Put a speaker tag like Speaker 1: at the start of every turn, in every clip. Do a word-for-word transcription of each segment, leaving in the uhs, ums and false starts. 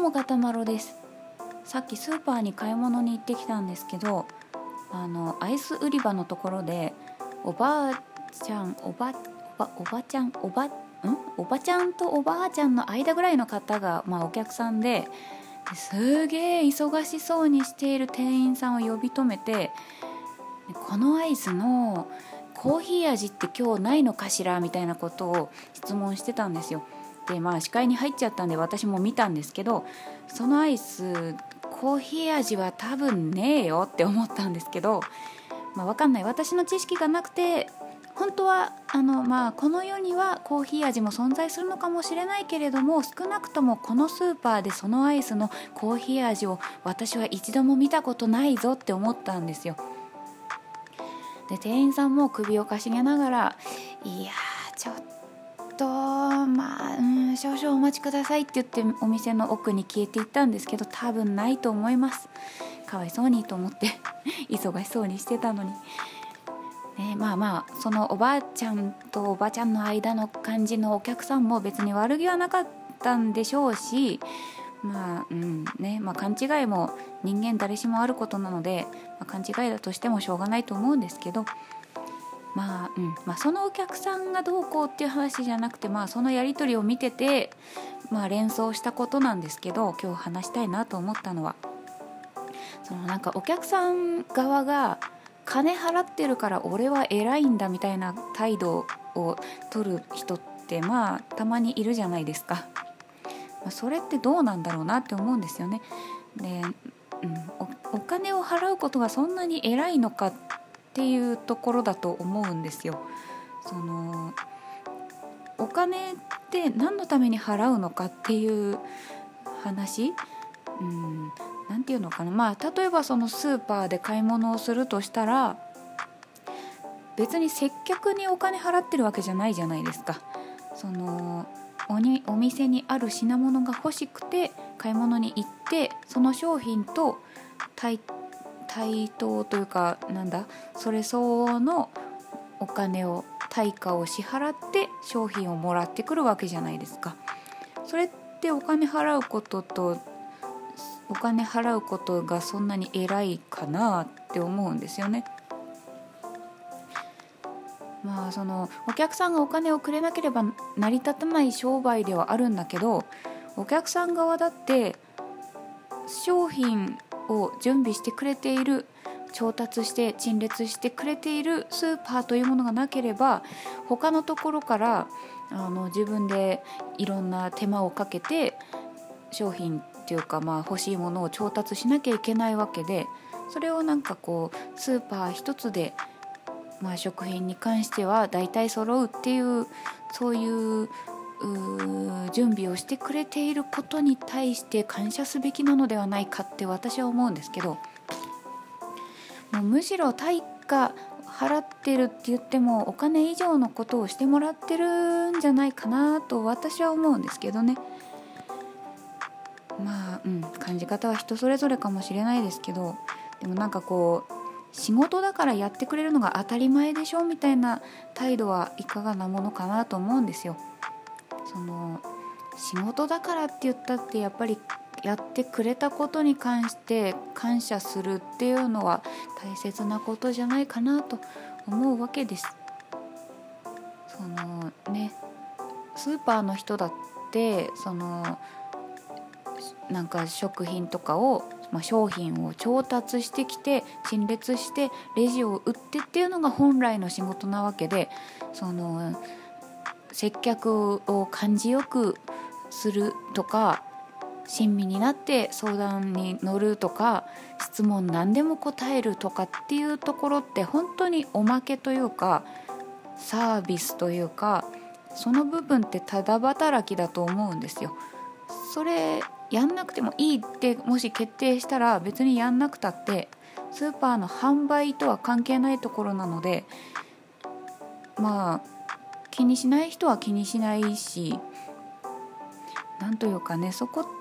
Speaker 1: もガタマロです。さっきスーパーに買い物に行ってきたんですけど、あのアイス売り場のところでおばあちゃんおばおばおばちゃんおばんおばちゃんとおばあちゃんの間ぐらいの方が、まあ、お客さんですげえ忙しそうにしている店員さんを呼び止めて、このアイスのコーヒー味って今日ないのかしらみたいなことを質問してたんですよ。でまあ視界に入っちゃったんで私も見たんですけど、そのアイスコーヒー味は多分ねえよって思ったんですけど、まあ、分かんない、私の知識がなくて本当はあの、まあ、この世にはコーヒー味も存在するのかもしれないけれども、少なくともこのスーパーでそのアイスのコーヒー味を私は一度も見たことないぞって思ったんですよ。で店員さんも首をかしげながら、いやーちょっとまあ、うん、少々お待ちくださいって言ってお店の奥に消えていったんですけど、多分ないと思います。かわいそうにと思って忙しそうにしてたのに、ね、まあまあそのおばあちゃんとおばちゃんの間の感じのお客さんも別に悪気はなかったんでしょうし、まあうんねまあ、勘違いも人間誰しもあることなので、まあ、勘違いだとしてもしょうがないと思うんですけど、まあうんまあ、そのお客さんがどうこうっていう話じゃなくて、まあ、そのやり取りを見てて、まあ、連想したことなんですけど、今日話したいなと思ったのは、そのなんかお客さん側が金払ってるから俺は偉いんだみたいな態度を取る人ってまあたまにいるじゃないですか。まあ、それってどうなんだろうなって思うんですよね。で、うん、お, お金を払うことがそんなに偉いのかっていうところだと思うんですよ。そのお金って何のために払うのかっていう話、うん、なんていうのかな、まあ例えばそのスーパーで買い物をするとしたら、別に接客にお金払ってるわけじゃないじゃないですか。その お, にお店にある品物が欲しくて買い物に行って、その商品と対対等というかなんだそれ相応のお金を対価を支払って商品をもらってくるわけじゃないですか。それってお金払うこととお金払うことがそんなに偉いかなって思うんですよね。まあそのお客さんがお金をくれなければ成り立たない商売ではあるんだけど、お客さん側だって商品を準備してくれている、調達して陳列してくれているスーパーというものがなければ、他のところからあの自分でいろんな手間をかけて商品っていうか、まあ欲しいものを調達しなきゃいけないわけで、それをなんかこうスーパー一つで、まあ、食品に関しては大体揃うっていう、そういうう準備をしてくれていることに対して感謝すべきなのではないかって私は思うんですけど、もうむしろ対価払ってるって言ってもお金以上のことをしてもらってるんじゃないかなと私は思うんですけどね。まあうん感じ方は人それぞれかもしれないですけど、でもなんかこう仕事だからやってくれるのが当たり前でしょみたいな態度はいかがなものかなと思うんですよ。その仕事だからって言ったってやっぱりやってくれたことに関して感謝するっていうのは大切なことじゃないかなと思うわけです。そのね、スーパーの人だってそのなんか食品とかを、まあ、商品を調達してきて陳列してレジを売ってっていうのが本来の仕事なわけで、その接客を感じよくするとか親身になって相談に乗るとか質問何でも答えるとかっていうところって本当におまけというかサービスというか、その部分ってただ働きだと思うんですよ。それやんなくてもいいってもし決定したら別にやんなくたってスーパーの販売とは関係ないところなので、まあ気にしない人は気にしないし、なんというかね、そこって、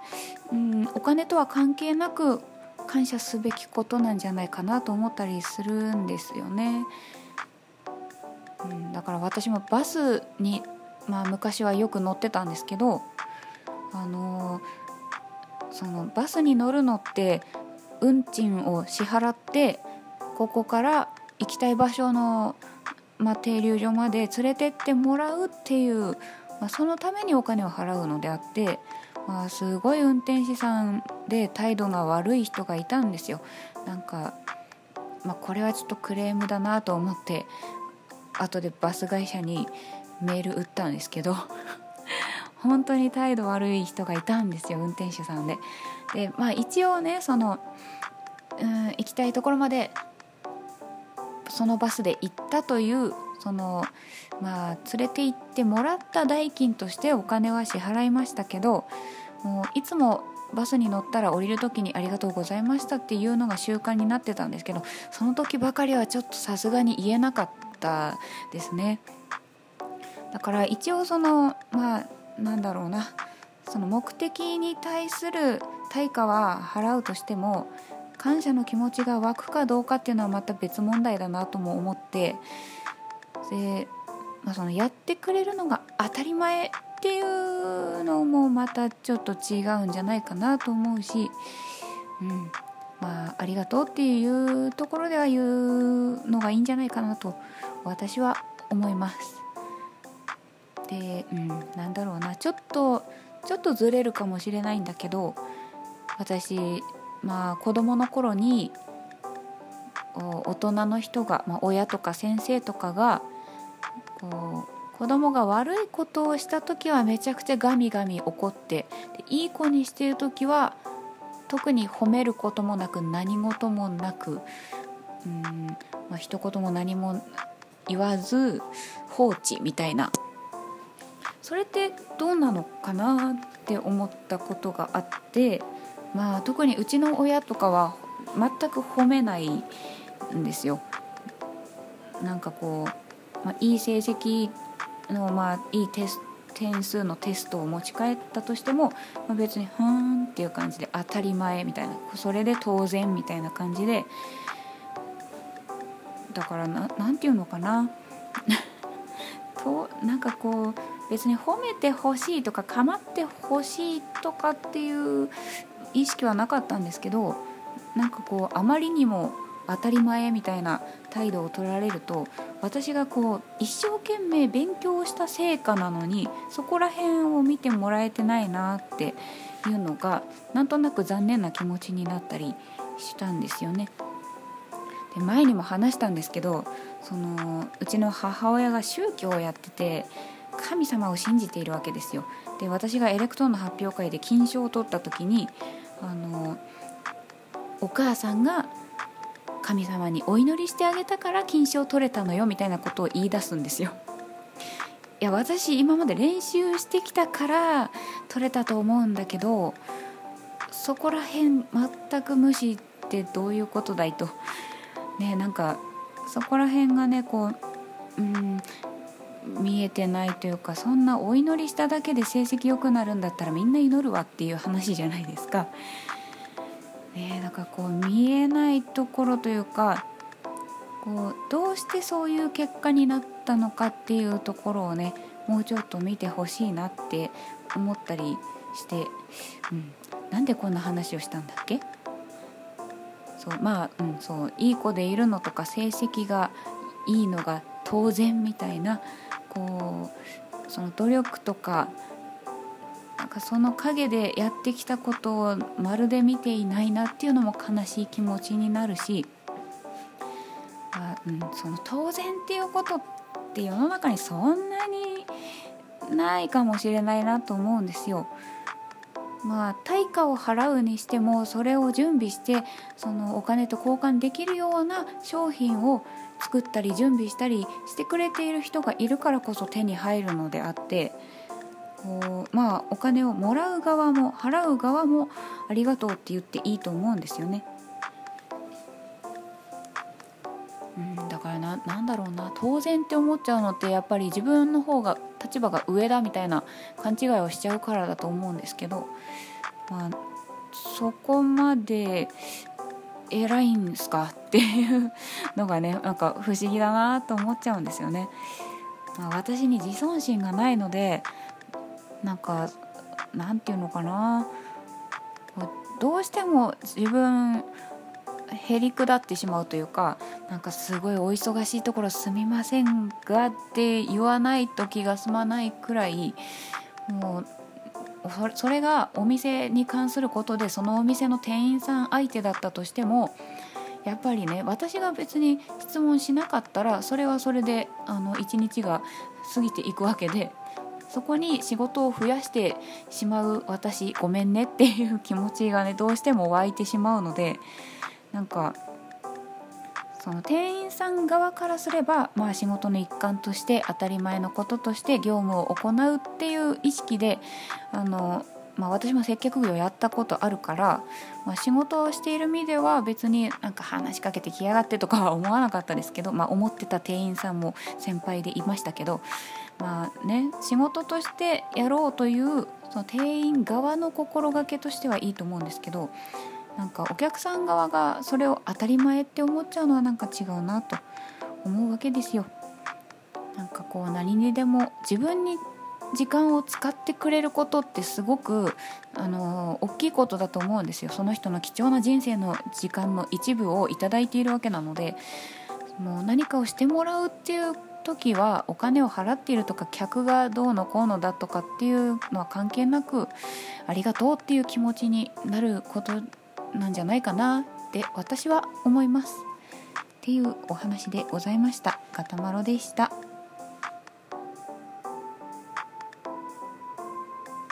Speaker 1: うん、お金とは関係なく感謝すべきことなんじゃないかなと思ったりするんですよね。うん、だから私もバスに、まあ、昔はよく乗ってたんですけど、あのそのバスに乗るのって運賃を支払ってここから行きたい場所の、まあ、停留所まで連れてってもらうっていう、まあ、そのためにお金を払うのであって、まあ、すごい運転手さんで態度が悪い人がいたんですよ。なんか、まあ、これはちょっとクレームだなと思って後でバス会社にメール打ったんですけど本当に態度悪い人がいたんですよ、運転手さんで。で、まあ、一応ねそのうん行きたいところまでそのバスで行ったというその、まあ、連れて行ってもらった代金としてお金は支払いましたけど、もういつもバスに乗ったら降りる時にありがとうございましたっていうのが習慣になってたんですけど、その時ばかりはちょっとさすがに言えなかったですね。だから一応そのまあなんだろうな、その目的に対する対価は払うとしても感謝の気持ちが湧くかどうかっていうのはまた別問題だなとも思って、で、まあ、そのやってくれるのが当たり前っていうのもまたちょっと違うんじゃないかなと思うし、うんまあ、ありがとうっていうところでは言うのがいいんじゃないかなと私は思います。で、うん、なんだろうな、ちょっとちょっとずれるかもしれないんだけど、私まあ、子供の頃に大人の人が、まあ、親とか先生とかがこう子供が悪いことをした時はめちゃくちゃガミガミ怒って、でいい子にしている時は特に褒めることもなく何事もなく、うん、まあ、一言も何も言わず放置みたいな、それってどうなのかなって思ったことがあって、まあ、特にうちの親とかは全く褒めないんですよ。なんかこう、まあ、いい成績の、まあ、いいテス点数のテストを持ち帰ったとしても、まあ、別にふーんっていう感じで当たり前みたいな、それで当然みたいな感じで、だから な, なんていうのかなとなんかこう別に褒めてほしいとか構ってほしいとかっていう意識はなかったんですけど、なんかこうあまりにも当たり前みたいな態度を取られると、私がこう一生懸命勉強した成果なのにそこら辺を見てもらえてないなっていうのがなんとなく残念な気持ちになったりしたんですよね。で、前にも話したんですけど、そのうちの母親が宗教をやってて神様を信じているわけですよ。で、私がエレクトーンの発表会で金賞を取った時に、あのお母さんが神様にお祈りしてあげたから金賞を取れたのよみたいなことを言い出すんですよ。いや、私今まで練習してきたから取れたと思うんだけど、そこら辺全く無視ってどういうことだいとね、なんかそこら辺がねこう、うん、見えてないというか、そんなお祈りしただけで成績良くなるんだったらみんな祈るわっていう話じゃないですか、ね、だからこう見えないところというか、こうどうしてそういう結果になったのかっていうところをねもうちょっと見てほしいなって思ったりして、うん、なんでこんな話をしたんだっけ。そうまあ、うん、そういい子でいるのとか成績がいいのが当然みたいな、こうその努力とかなんかその陰でやってきたことをまるで見ていないなっていうのも悲しい気持ちになるし、あ、うん、その当然っていうことって世の中にそんなにないかもしれないなと思うんですよ。まあ、対価を払うにしてもそれを準備してそのお金と交換できるような商品を作ったり準備したりしてくれている人がいるからこそ手に入るのであって、こう、まあ、お金をもらう側も払う側もありがとうって言っていいと思うんですよね。うん、だからな、なんだろうな、当然って思っちゃうのってやっぱり自分の方が立場が上だみたいな勘違いをしちゃうからだと思うんですけど、まあ、そこまで偉いんすかっていうのがね、なんか不思議だなと思っちゃうんですよね。まあ、私に自尊心がないので、なんかなんていうのかな、 どうしても自分へりくだってしまうというか、なんかすごいお忙しいところすみませんがって言わないと気が済まないくらい、もうそれがお店に関することで、そのお店の店員さん相手だったとしても、やっぱりね、私が別に質問しなかったらそれはそれであの一日が過ぎていくわけで、そこに仕事を増やしてしまう私ごめんねっていう気持ちがねどうしても湧いてしまうので、なんかその店員さん側からすれば、まあ、仕事の一環として当たり前のこととして業務を行うっていう意識で、あの、まあ、私も接客業やったことあるから、まあ、仕事をしている身では別になんか話しかけてきやがってとかは思わなかったですけど、まあ、思ってた店員さんも先輩でいましたけど、まあね、仕事としてやろうというその店員側の心がけとしてはいいと思うんですけど、なんかお客さん側がそれを当たり前って思っちゃうのはなんか違うなと思うわけですよ。なんかこう何にでも自分に時間を使ってくれることってすごくあの大きいことだと思うんですよ。その人の貴重な人生の時間の一部をいただいているわけなので、もう何かをしてもらうっていう時はお金を払っているとか客がどうのこうのだとかっていうのは関係なく、ありがとうっていう気持ちになることなんじゃないかなって私は思いますっていうお話でございました。ガタマロでした。